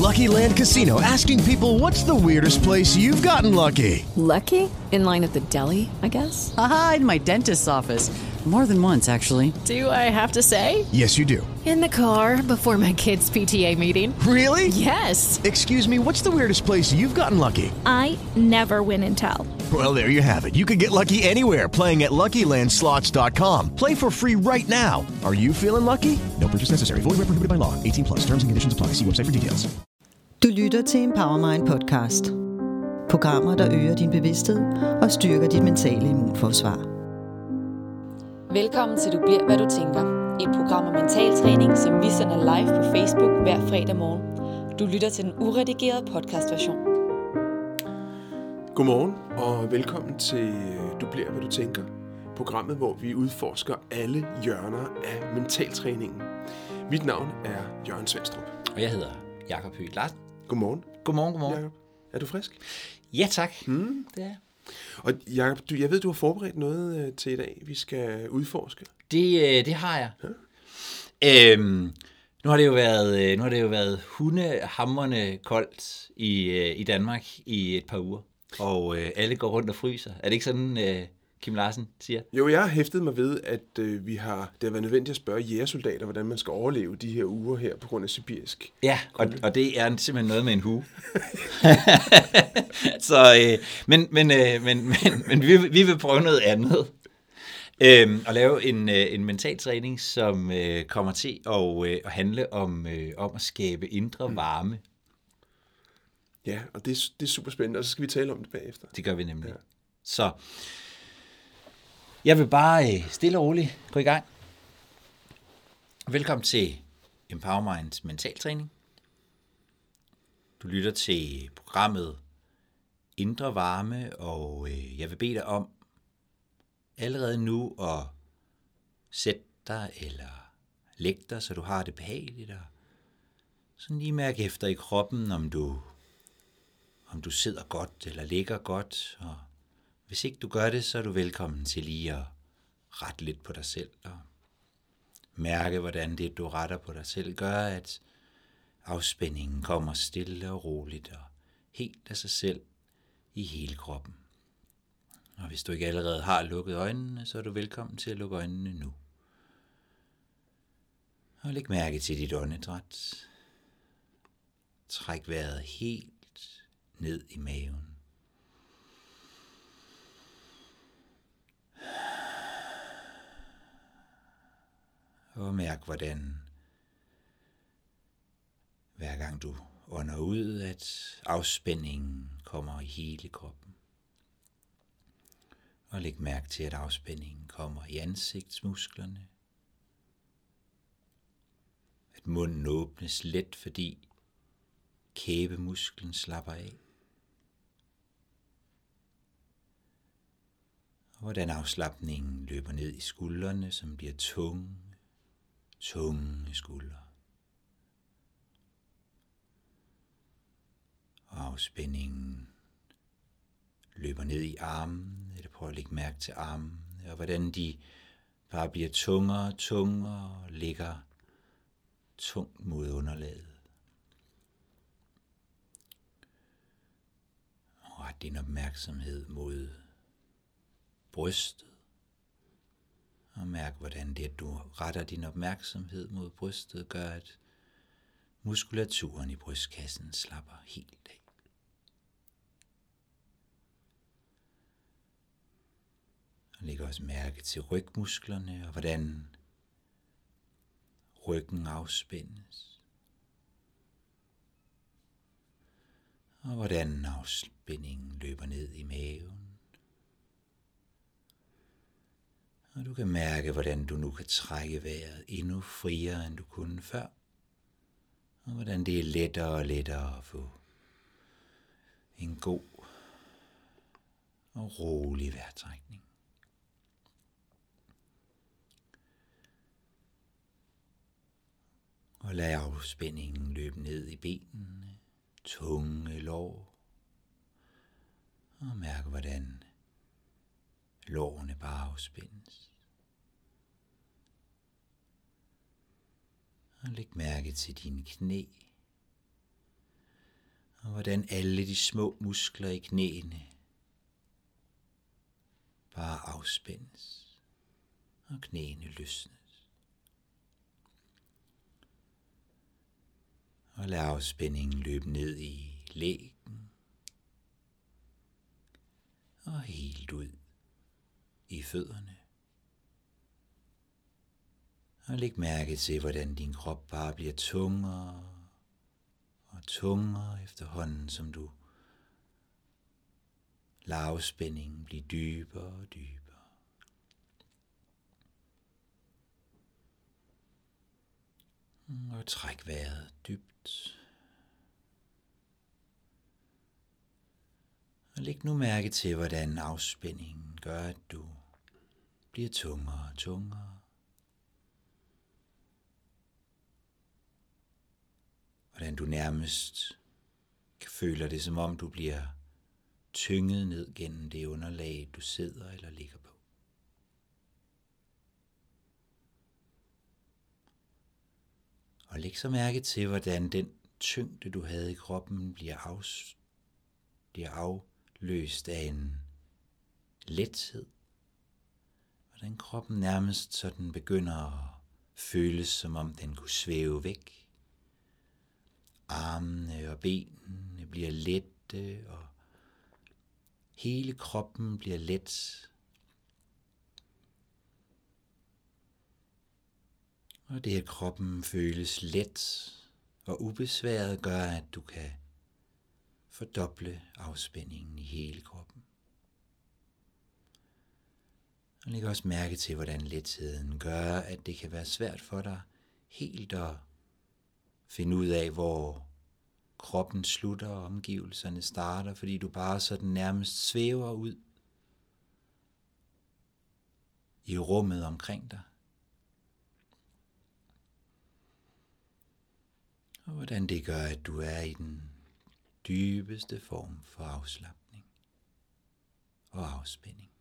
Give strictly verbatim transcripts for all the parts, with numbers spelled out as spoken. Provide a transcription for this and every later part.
Lucky Land Casino, asking people, what's the weirdest place you've gotten lucky? Lucky? In line at the deli, I guess? Aha, in my dentist's office. More than once, actually. Do I have to say? Yes, you do. In the car before my kids' P T A meeting. Really? Yes. Excuse me, what's the weirdest place you've gotten lucky? I never win and tell. Well, there you have it. You can get lucky anywhere, playing at Lucky Land Slots dot com. Play for free right now. Are you feeling lucky? No purchase necessary. Void where prohibited by law. eighteen plus. Terms and conditions apply. See website for details. Du lytter til Empowermind podcast. Programmer, der øger din bevidsthed og styrker dit mentale immunforsvar. Velkommen til Du bliver, hvad du tænker. Et program om mental træning, som vi sender live på Facebook hver fredag morgen. Du lytter til den uredigerede podcastversion. Godmorgen og velkommen til Du bliver, hvad du tænker. Programmet, hvor vi udforsker alle hjørner af mentaltræningen. Mit navn er Jørgen Svendstrup. Og jeg hedder Jakob Høgh Larsen. Godmorgen. Godmorgen, godmorgen. Jakob, er du frisk? Ja, tak. Mm. Det er. Og Jakob, du, jeg ved, du har forberedt noget øh, til i dag, vi skal udforske. Det, øh, det har jeg. Ja. Øhm, nu har det jo været, øh, nu har det jo været hundehamrende koldt i, øh, i Danmark i et par uger. Og øh, alle går rundt og fryser. Er det ikke sådan, øh, Kim Larsen siger? Jo, jeg har hæftet mig ved, at øh, vi har, det har været nødvendigt at spørge jægersoldater, hvordan man skal overleve de her uger her på grund af sibirisk. Ja, og, og det er simpelthen noget med en hue. Så, øh, men men, øh, men, men, men vi, vi vil prøve noget andet. Øhm, at lave en, øh, en mental træning, som øh, kommer til at, øh, at handle om, øh, om at skabe indre varme. Ja, og det, det er super spændende, og så skal vi tale om det bagefter. Det gør vi nemlig. Ja. Så jeg vil bare øh, stille og roligt gå i gang. Velkommen til Empowerminds mentaltræning. Du lytter til programmet Indre Varme, og øh, jeg vil bede dig om allerede nu at sætte dig eller lægge dig, så du har det behageligt, og sådan lige mærke efter i kroppen, om du, om du sidder godt eller ligger godt, og hvis ikke du gør det, så er du velkommen til lige at rette lidt på dig selv, og mærke, hvordan det, du retter på dig selv, gør, at afspændingen kommer stille og roligt og helt af sig selv i hele kroppen. Og hvis du ikke allerede har lukket øjnene, så er du velkommen til at lukke øjnene nu. Og læg mærke til dit åndedræt. Træk vejret helt ned i maven. Og mærk, hvordan hver gang du ånder ud, at afspændingen kommer i hele kroppen. Og læg mærke til, at afspændingen kommer i ansigtsmusklerne. At munden åbnes let, fordi kæbemusklen slapper af. Og hvordan afslapningen løber ned i skuldrene, som bliver tunge, tunge skuldre. Og afspændingen løber ned i armen, eller prøv at lægge mærke til armen, og hvordan de bare bliver tungere og tungere og ligger tungt mod underlaget. Og ret din opmærksomhed mod brystet, og mærk, hvordan det, at du retter din opmærksomhed mod brystet, gør, at muskulaturen i brystkassen slapper helt af. Og læg også mærke til rygmusklerne, og hvordan ryggen afspændes. Og hvordan afspændingen løber ned i maven. Og du kan mærke, hvordan du nu kan trække vejret endnu friere, end du kunne før. Og hvordan det er lettere og lettere at få en god og rolig vejrtrækning. Og lad afspændingen løbe ned i benene, tunge lår. Og mærk, hvordan lårene bare afspændes. Og læg mærke til dine knæ, Og hvordan alle de små muskler i knæene bare afspændes, og knæene løsnes. Og lad afspændingen løbe ned i lægen, og helt ud i fødderne. Og læg mærke til, hvordan din krop bare bliver tungere og tungere efterhånden, som du lader afspændingen blive dybere og dybere. Og træk vejret dybt. Og læg nu mærke til, hvordan afspændingen gør, at du bliver tungere og tungere. Hvordan du nærmest føler det, som om du bliver tynget ned gennem det underlag, du sidder eller ligger på. Og læg så mærke til, hvordan den tyngde, du havde i kroppen, bliver, afs- bliver afløst af en lethed. Hvordan kroppen nærmest sådan begynder at føles, som om den kunne svæve væk. Armene og benene bliver lette, og hele kroppen bliver let. Og det, at kroppen føles let og ubesværet, gør, at du kan fordoble afspændingen i hele kroppen. Og læg også mærke til, hvordan letheden gør, at det kan være svært for dig helt at finde ud af, hvor kroppen slutter og omgivelserne starter, fordi du bare sådan nærmest svæver ud i rummet omkring dig. Og hvordan det gør, at du er i den dybeste form for afslapning og afspænding.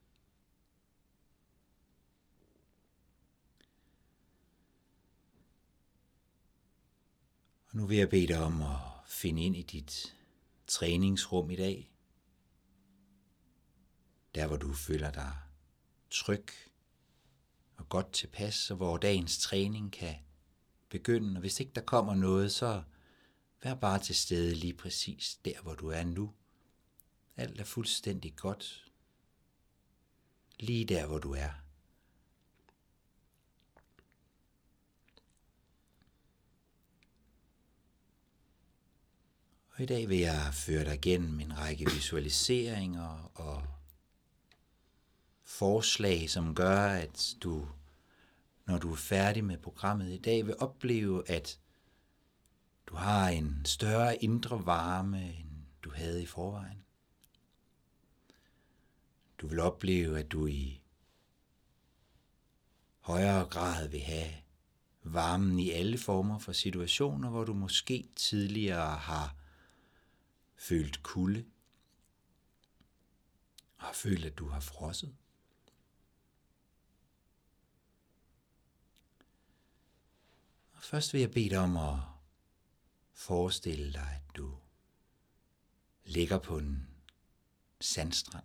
Og nu vil jeg bede dig om at finde ind i dit træningsrum i dag. Der, hvor du føler dig tryg og godt tilpas, og hvor dagens træning kan begynde. Og hvis ikke der kommer noget, så vær bare til stede lige præcis der, hvor du er nu. Alt er fuldstændig godt. Lige der, hvor du er. Og i dag vil jeg føre dig igennem en række visualiseringer og forslag, som gør, at du, når du er færdig med programmet i dag, vil opleve, at du har en større indre varme, end du havde i forvejen. Du vil opleve, at du i højere grad vil have varmen i alle former for situationer, hvor du måske tidligere har følt kulde og har følt, at du har frosset. Og først vil jeg bede dig om at forestille dig, at du ligger på en sandstrand.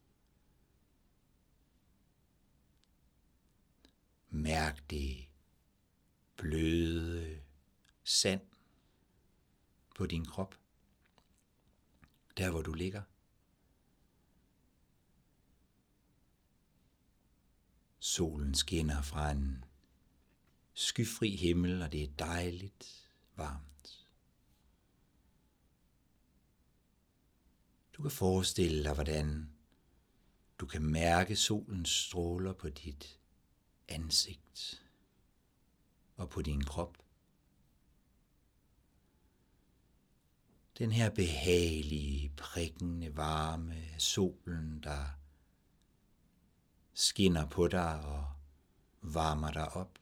Mærk det bløde sand på din krop. Der, hvor du ligger. Solen skinner fra en skyfri himmel, og det er dejligt varmt. Du kan forestille dig, hvordan du kan mærke solens stråler på dit ansigt og på din krop. Den her behagelige, prikkende varme af solen, der skinner på dig og varmer dig op.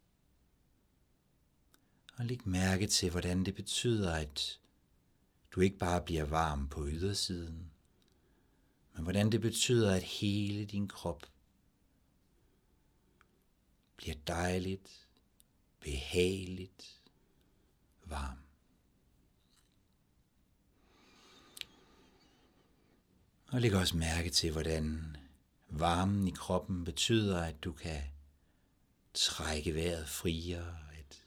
Og læg mærke til, hvordan det betyder, at du ikke bare bliver varm på ydersiden, men hvordan det betyder, at hele din krop bliver dejligt, behageligt varm. Og læg også mærke til, hvordan varmen i kroppen betyder, at du kan trække vejret friere. At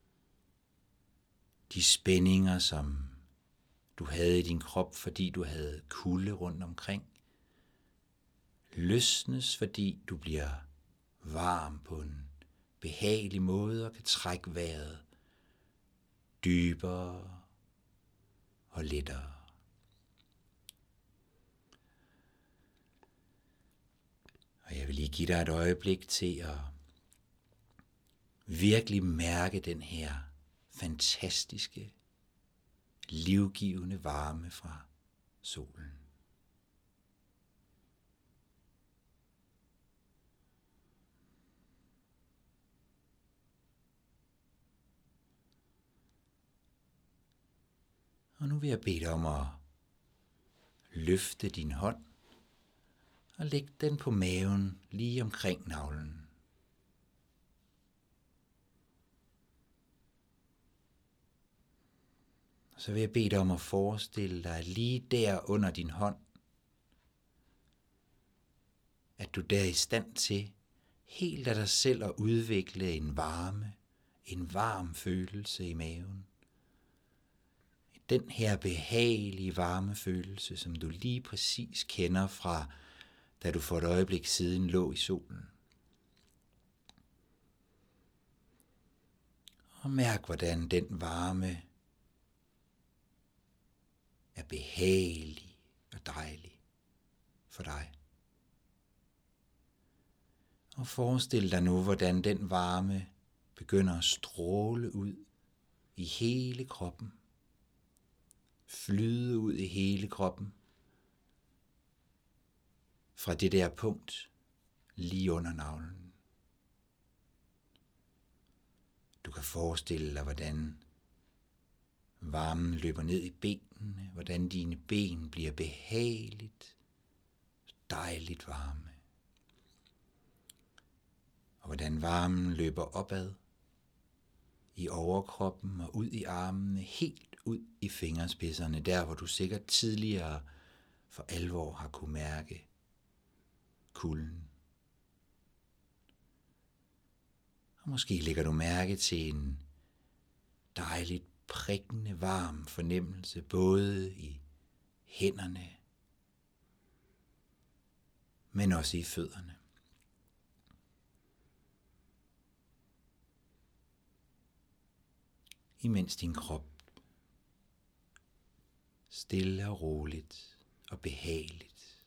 de spændinger, som du havde i din krop, fordi du havde kulde rundt omkring, løsnes, fordi du bliver varm på en behagelig måde og kan trække vejret dybere og lettere. Og jeg vil lige give dig et øjeblik til at virkelig mærke den her fantastiske, livgivende varme fra solen. Og nu vil jeg bede dig om at løfte din hånd og lægge den på maven lige omkring navlen. Så vil jeg bede dig om at forestille dig lige der under din hånd, at du der er i stand til helt af dig selv at udvikle en varme, en varm følelse i maven. Den her behagelige varme følelse, som du lige præcis kender fra, da du for et øjeblik siden lå i solen. Og mærk, hvordan den varme er behagelig og dejlig for dig. Og forestil dig nu, hvordan den varme begynder at stråle ud i hele kroppen. Flyde ud i hele kroppen. Fra det der punkt lige under navlen. Du kan forestille dig, hvordan varmen løber ned i benene, hvordan dine ben bliver behageligt, dejligt varme. Og hvordan varmen løber opad i overkroppen og ud i armene, helt ud i fingerspidserne, der hvor du sikkert tidligere for alvor har kunne mærke kulden. Og måske lægger du mærke til en dejligt prikkende varm fornemmelse, både i hænderne, men også i fødderne. Imens din krop stille og roligt og behageligt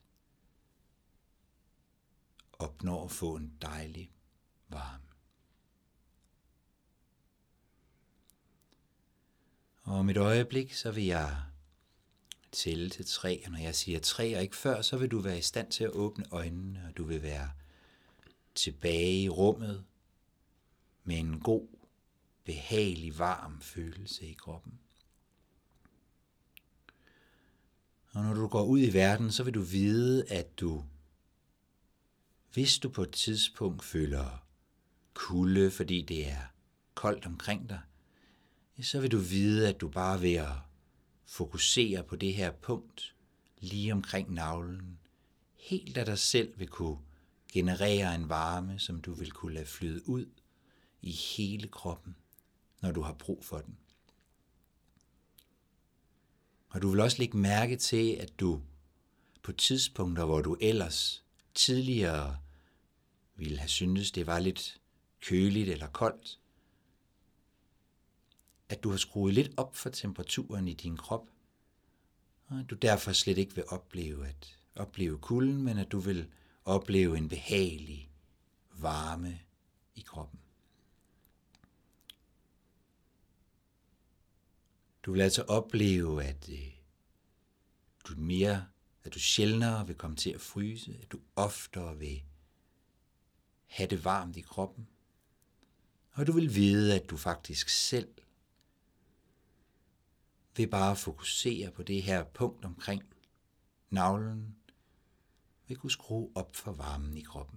opnår at få en dejlig varme. Og om et øjeblik, så vil jeg tælle til tre, og når jeg siger tre og ikke før, så vil du være i stand til at åbne øjnene, og du vil være tilbage i rummet med en god, behagelig, varm følelse i kroppen. Og når du går ud i verden, så vil du vide, at du, hvis du på et tidspunkt føler kulde, fordi det er koldt omkring dig, så vil du vide, at du bare ved at fokusere på det her punkt, lige omkring navlen, helt af dig selv vil kunne generere en varme, som du vil kunne lade flyde ud i hele kroppen, når du har brug for den. Og du vil også lægge mærke til, at du på tidspunkter, hvor du ellers tidligere ville have syntes, det var lidt køligt eller koldt, at du har skruet lidt op for temperaturen i din krop, og at du derfor slet ikke vil opleve at opleve kulden, men at du vil opleve en behagelig varme i kroppen. Du vil altså opleve, at øh, du mere, at du sjældnere vil komme til at fryse, at du oftere vil have det varmt i kroppen, og du vil vide, at du faktisk selv vil bare fokusere på det her punkt omkring navlen, vil kunne skrue op for varmen i kroppen.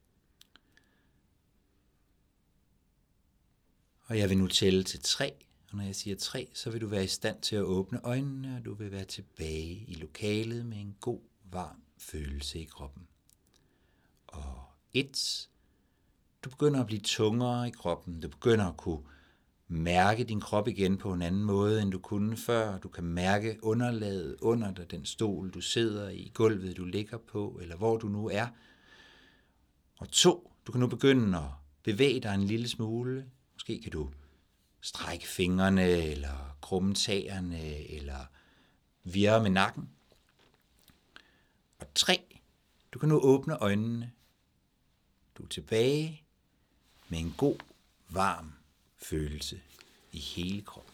Og jeg vil nu tælle til tre, Og når jeg siger tre, så vil du være i stand til at åbne øjnene, og du vil være tilbage i lokalet med en god, varm følelse i kroppen. Og et, du begynder at blive tungere i kroppen. Du begynder at kunne mærke din krop igen på en anden måde, end du kunne før. Du kan mærke underlaget under dig, den stol, du sidder i, gulvet, du ligger på, eller hvor du nu er. Og to, du kan nu begynde at bevæge dig en lille smule. Måske kan du strække fingrene, eller krumme tæerne, eller virre med nakken. Og tre, du kan nu åbne øjnene. Du er tilbage med en god, varm følelse i hele kroppen.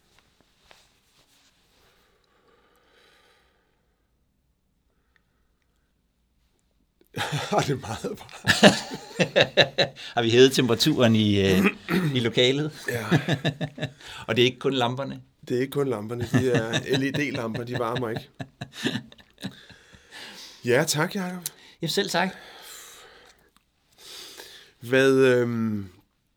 Det er meget bra. Har vi hævet temperaturen i, øh, i lokalet? Ja. Og det er ikke kun lamperne? Det er ikke kun lamperne, de er L E D-lamper, de varmer ikke. Ja, tak, Jacob. Ja, selv tak. Hvad... Øhm...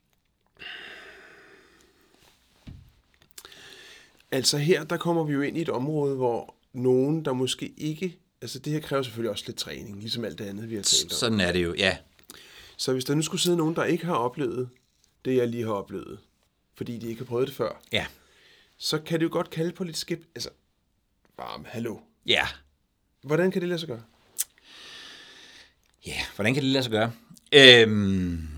Altså her, der kommer vi jo ind i et område, hvor nogen, der måske ikke... Altså det her kræver selvfølgelig også lidt træning, ligesom alt det andet, vi har talt om. Sådan er det jo, ja. Så hvis der nu skulle sidde nogen, der ikke har oplevet det, jeg lige har oplevet, fordi de ikke har prøvet det før, Ja. så kan det jo godt kalde på lidt skip. Altså, varm, hallo. Ja. Hvordan kan det lade sig gøre? Ja, hvordan kan det lade sig gøre? Øhm...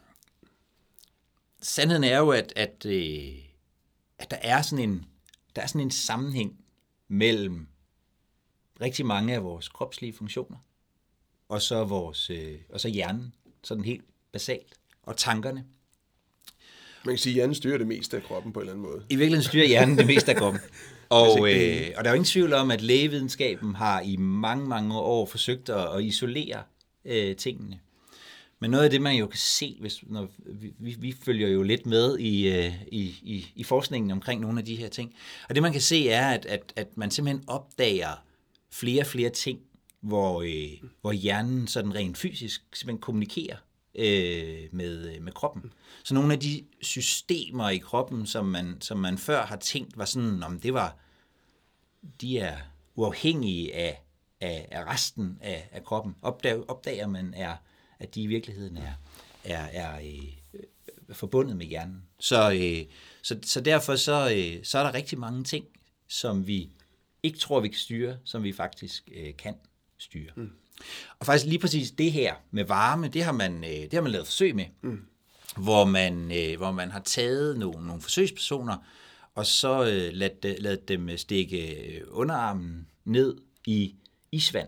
Sandheden er jo, at, at, øh, at der, er sådan en, der er sådan en sammenhæng mellem rigtig mange af vores kropslige funktioner, og så, vores, øh, og så hjernen, sådan helt basalt, og tankerne. Man kan sige, at hjernen styrer det meste af kroppen på en eller anden måde. I virkeligheden styrer hjernen det meste af kroppen. Og, øh, og der er jo ingen tvivl om, at lægevidenskaben har i mange, mange år forsøgt at, at isolere øh, tingene. Men noget af det, man jo kan se, hvis, når vi, vi følger jo lidt med i, i, i, i forskningen omkring nogle af de her ting, og det man kan se er, at, at, at man simpelthen opdager flere og flere ting, hvor, øh, hvor hjernen sådan rent fysisk simpelthen kommunikerer øh, med, med kroppen. Så nogle af de systemer i kroppen, som man, som man før har tænkt var sådan, om det var, de er uafhængige af, af, af resten af, af kroppen, opdager, opdager man er at de i virkeligheden er, er, er øh, forbundet med hjernen. Så, øh, så, så derfor så, øh, så er der rigtig mange ting, som vi ikke tror, vi kan styre, som vi faktisk øh, kan styre. Mm. Og faktisk lige præcis det her med varme, det har man, øh, det har man lavet forsøg med, mm. hvor, man, øh, hvor man har taget nogle, nogle forsøgspersoner, og så øh, ladet, ladet dem stikke underarmen ned i isvand.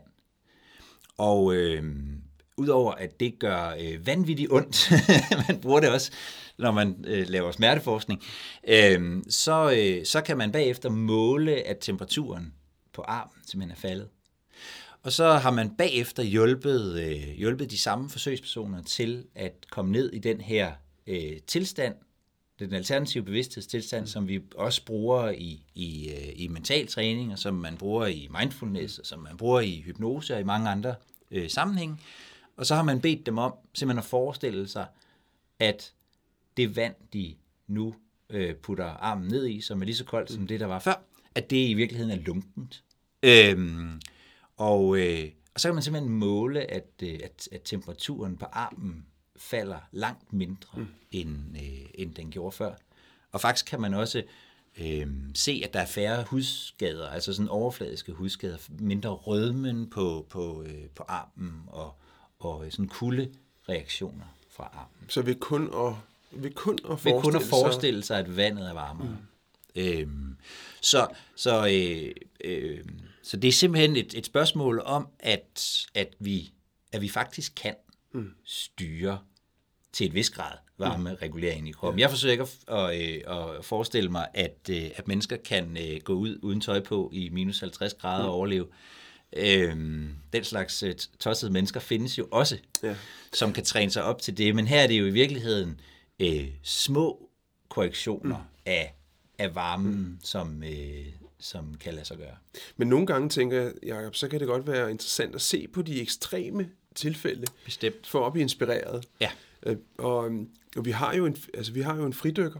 Og øh, udover at det gør øh, vanvittigt ondt, man bruger det også, når man øh, laver smerteforskning, øh, så, øh, så kan man bagefter måle, at temperaturen på armen simpelthen er faldet. Og så har man bagefter hjulpet, øh, hjulpet de samme forsøgspersoner til at komme ned i den her øh, tilstand, den alternative bevidsthedstilstand, mm. som vi også bruger i, i, øh, i mental træning, og som man bruger i mindfulness, og som man bruger i hypnose og i mange andre øh, sammenhænge. Og så har man bedt dem om simpelthen at forestille sig, at det vand, de nu øh, putter armen ned i, som er lige så koldt som det, der var før, at det i virkeligheden er lunkent. Øhm, og, øh, og så kan man simpelthen måle, at, øh, at, at temperaturen på armen falder langt mindre, mm. end, øh, end den gjorde før. Og faktisk kan man også øh, se, at der er færre hudskader, altså sådan overfladiske hudskader, mindre rødmen på, på, øh, på armen, og og sådan kuldereaktioner fra armen. Så ved kun at, ved kun at, forestille, ved kun at forestille sig, at vandet er varmere. Mm. Øhm, så, så, øh, øh, så det er simpelthen et, et spørgsmål om, at, at, vi, at vi faktisk kan mm. styre til et vis grad varmeregulering i kroppen. Ja. Jeg forsøger ikke at, at, at forestille mig, at, at mennesker kan gå ud uden tøj på i minus halvtreds grader mm. og overleve. Øhm, den slags tossede mennesker findes jo også, ja. som kan træne sig op til det, men her er det jo i virkeligheden øh, små korrektioner mm. af, af varmen, mm. som, øh, som kan lade sig gøre. Men nogle gange tænker jeg, Jacob, så kan det godt være interessant at se på de ekstreme tilfælde, bestemt, for at blive inspireret. Ja. Øh, og, og vi har jo en, altså vi har jo en fridykker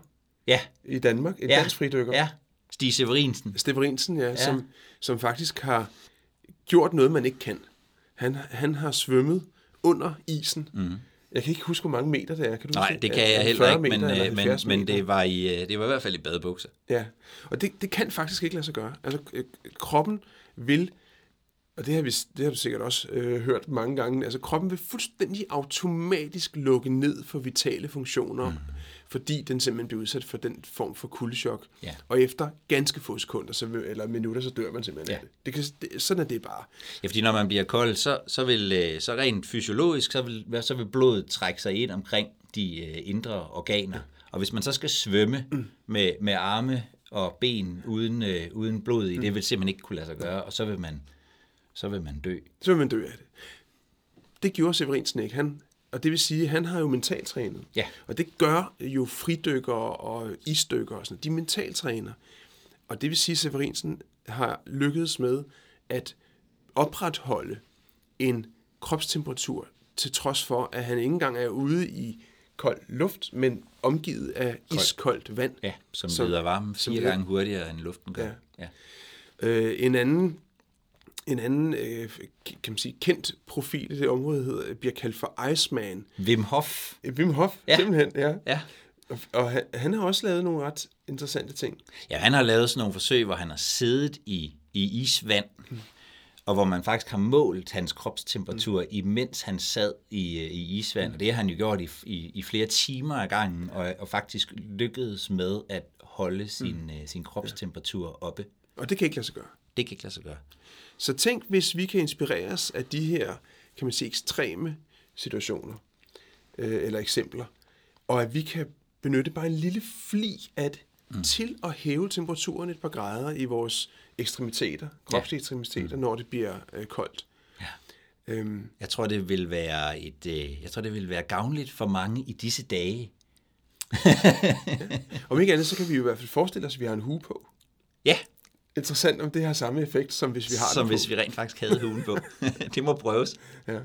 Ja. i Danmark, en ja. dansk fridykker. Ja, Stig Severinsen. Severinsen, ja, Ja. Som, som faktisk har gjort noget, man ikke kan. Han, han har svømmet under isen. Mm. Jeg kan ikke huske, hvor mange meter det er. Kan du Nej, huske? det kan jeg Er det heller ikke, meter men, eller men, halvfjerds men meter? det, var i, det var i hvert fald i badebukser. Ja, og det, det kan faktisk ikke lade sig gøre. Altså, øh, kroppen vil, og det har, vi, det har du sikkert også øh, hørt mange gange, altså kroppen vil fuldstændig automatisk lukke ned for vitale funktioner, mm. fordi den simpelthen bliver udsat for den form for kuldechok. Ja. Og efter ganske få sekunder, så vil, eller minutter, så dør man simpelthen Ja. af det. det, kan, det. Sådan er det bare. Ja, fordi når man bliver kold, så, så, vil, så rent fysiologisk, så vil, så vil blodet trække sig ind omkring de øh, indre organer. Og hvis man så skal svømme mm. med, med arme og ben uden, øh, uden blod i, mm. det vil simpelthen ikke kunne lade sig gøre, og så vil man, så vil man dø. Så vil man dø af det. Det gjorde Severinsen ikke. Han, og det vil sige, at han har jo mentaltrænet. Ja. Og det gør jo fridykkere og isdykkere og sådan. De mentaltræner. Og det vil sige, at Severinsen har lykkedes med at opretholde en kropstemperatur, til trods for, at han ikke engang er ude i kold luft, men omgivet af Kold. iskoldt vand. Ja, som, som leder varme fire leder- gange hurtigere, end luften gør. Ja. Ja. Øh, en anden, en anden øh, kan man sige, kendt profil i det område hedder, bliver kaldt for Iceman. Wim Hof. Wim Hof, Ja. simpelthen, ja. Ja. Og, og han, han har også lavet nogle ret interessante ting. Ja, han har lavet sådan nogle forsøg, hvor han har siddet i, i isvand, mm. og hvor man faktisk har målt hans kropstemperatur, mm. imens han sad i, i isvand. Mm. Og det har han jo gjort i, i, i flere timer ad gangen, og, og faktisk lykkedes med at holde sin, mm. uh, sin kropstemperatur ja. oppe. Og det kan ikke lade sig gøre. Det kan ikke lade sig gøre. Så tænk, hvis vi kan inspireres af de her, kan man sige, ekstreme situationer, øh, eller eksempler, og at vi kan benytte bare en lille fli af det, mm. til at hæve temperaturen et par grader i vores ekstremiteter, kropslige ekstremiteter, mm. når det bliver øh, koldt. Ja. Øhm, Jeg tror, det vil være et, øh, jeg tror, det vil være gavnligt for mange i disse dage. ja. Om ikke andet, så kan vi jo i hvert fald forestille os, at vi har en hue på. Ja, Interessant, om det har samme effekt, som hvis vi har som den på. hvis vi rent faktisk havde hugen på. Det må prøves. Ja.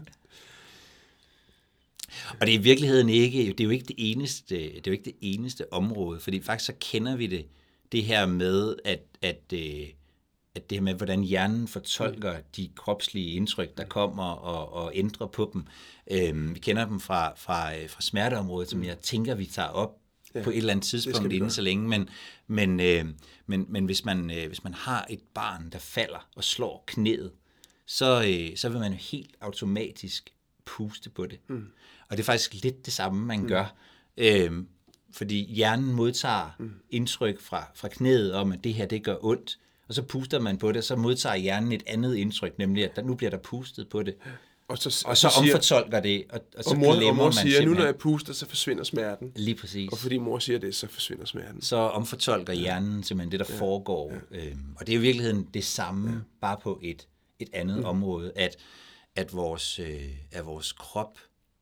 Og det er i virkeligheden ikke, det er jo ikke det eneste, det er jo ikke det eneste område, fordi faktisk så kender vi det, det her med, at, at, øh, at det her med, hvordan hjernen fortolker de kropslige indtryk, der kommer og, og ændrer på dem. Øhm, vi kender dem fra, fra, fra smerteområdet, som jeg tænker, vi tager op ja, på et eller andet tidspunkt inden så længe, men, men, øh, men, men hvis, man, øh, hvis man har et barn, der falder og slår knæet, så, øh, så vil man helt automatisk puste på det. Mm. Og det er faktisk lidt det samme, man mm. gør. Øhm, fordi hjernen modtager mm. indtryk fra, fra knæet om, at det her, det gør ondt. Og så puster man på det, og så modtager hjernen et andet indtryk, nemlig at der, nu bliver der pustet på det. Og så, og så, så siger, omfortolker det, og, og så og mor, glemmer og mor man siger, simpelthen. nu når jeg puster, så forsvinder smerten. Lige præcis. Og fordi mor siger det, så forsvinder smerten. Så omfortolker hjernen simpelthen det, der ja. foregår. Ja. Øhm, og det er jo i virkeligheden det samme, ja. bare på et, et andet mm. område, at, at, vores, øh, at vores krop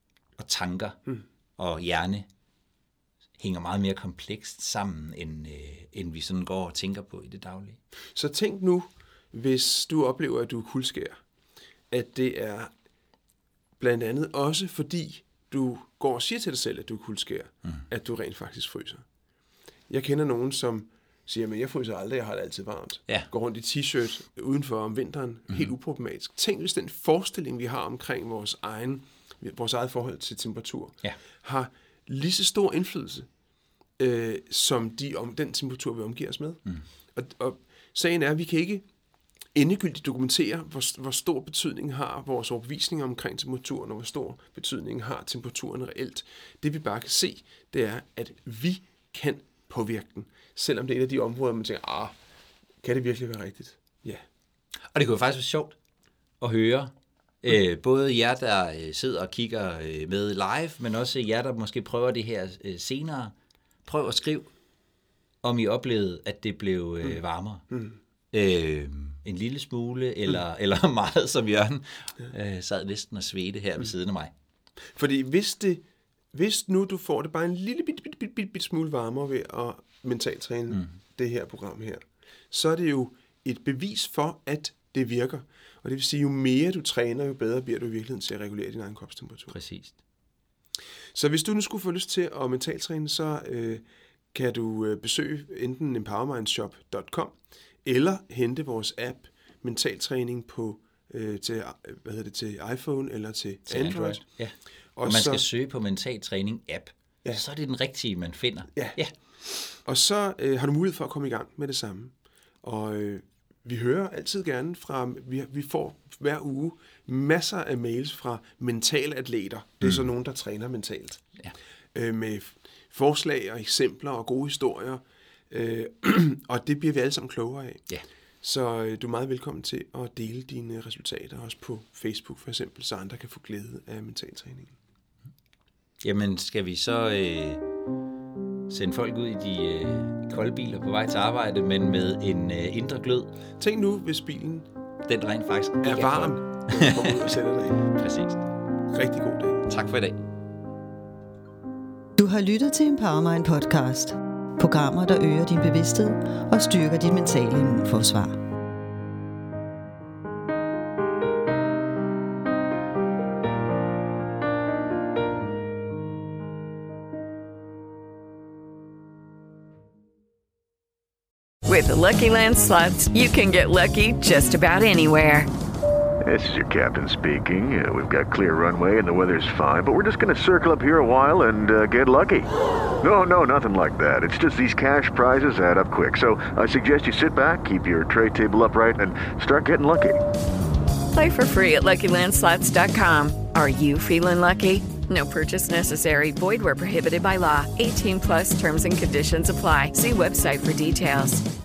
og tanker mm. og hjerne hænger meget mere komplekst sammen, end, øh, end vi sådan går og tænker på i det daglige. Så tænk nu, hvis du oplever, at du er kuldskær, at det er blandt andet også fordi, du går og siger til dig selv, at du er kuldskær, mm. at du rent faktisk fryser. Jeg kender nogen, som siger, men jeg fryser aldrig, jeg har det altid varmt. Ja. Går rundt i t-shirt udenfor om vinteren, mm. helt uproblematisk. Tænk, hvis den forestilling, vi har omkring vores egen vores eget forhold til temperatur, ja. har lige så stor indflydelse, øh, som de, om den temperatur, vi omgiver os med. Mm. Og, og sagen er, at vi kan ikke endegyldigt dokumentere, hvor, hvor stor betydning har vores overbevisninger omkring temperaturen, og hvor stor betydning har temperaturen reelt. Det vi bare kan se, det er, at vi kan påvirke den, selvom det er et af de områder, man tænker, ah, kan det virkelig være rigtigt? Ja. Og det kunne faktisk være sjovt at høre, Øh, både jer, der øh, sidder og kigger øh, med live, men også jer, der måske prøver det her øh, senere. Prøv at skrive, om I oplevede, at det blev øh, varmere. Mm. Øh, en lille smule, eller, mm. eller meget, som Jørgen øh, sad næsten og svedte her mm. ved siden af mig. Fordi hvis, det, hvis nu du får det bare en lille bit, bit, bit, bit, bit smule varmere ved at mentaltræne mm. det her program her, så er det jo et bevis for, at det virker. Og det vil sige, jo mere du træner, jo bedre bliver du i virkeligheden til at regulere din egen kropstemperatur. Præcis. Så hvis du nu skulle få lyst til at mentaltræne, så øh, kan du øh, besøge enten empowermindshop punktum com eller hente vores app Mentaltræning på øh, til, hvad hedder det, til iPhone eller til, til Android. Android. Ja. Og, og man så, skal søge på Mentaltræning app. Ja. Så er det den rigtige, man finder. Ja. ja. Og så øh, har du mulighed for at komme i gang med det samme. Og øh, vi hører altid gerne fra, vi, vi får hver uge masser af mails fra mentale atleter. Det er mm. så nogen, der træner mentalt. Ja. Øh, med forslag og eksempler og gode historier. Øh, og det bliver vi alle sammen klogere af. Ja. Så øh, du er meget velkommen til at dele dine resultater også på Facebook for eksempel, så andre kan få glæde af mentaltræningen. Jamen, skal vi så øh, sende folk ud i de øh, kolde biler på vej til arbejde, men med en øh, indre glød? Tænk nu, hvis bilen den rent faktisk er varm, når du kommer ud og sætter dig ind. Præcis. Rigtig god dag. Tak for i dag. Du har lyttet til Empowermind podcast. Programmer, der øger din bevidsthed og styrker dit mentale immunforsvar. With the Lucky Land Slots, you can get lucky just about anywhere. This is your captain speaking. Uh, we've got clear runway and the weather's fine, but we're just going to circle up here a while and uh, get lucky. No, no, nothing like that. It's just these cash prizes add up quick. So I suggest you sit back, keep your tray table upright, and start getting lucky. Play for free at Lucky Land Slots dot com. Are you feeling lucky? No purchase necessary. Void where prohibited by law. eighteen plus terms and conditions apply. See website for details.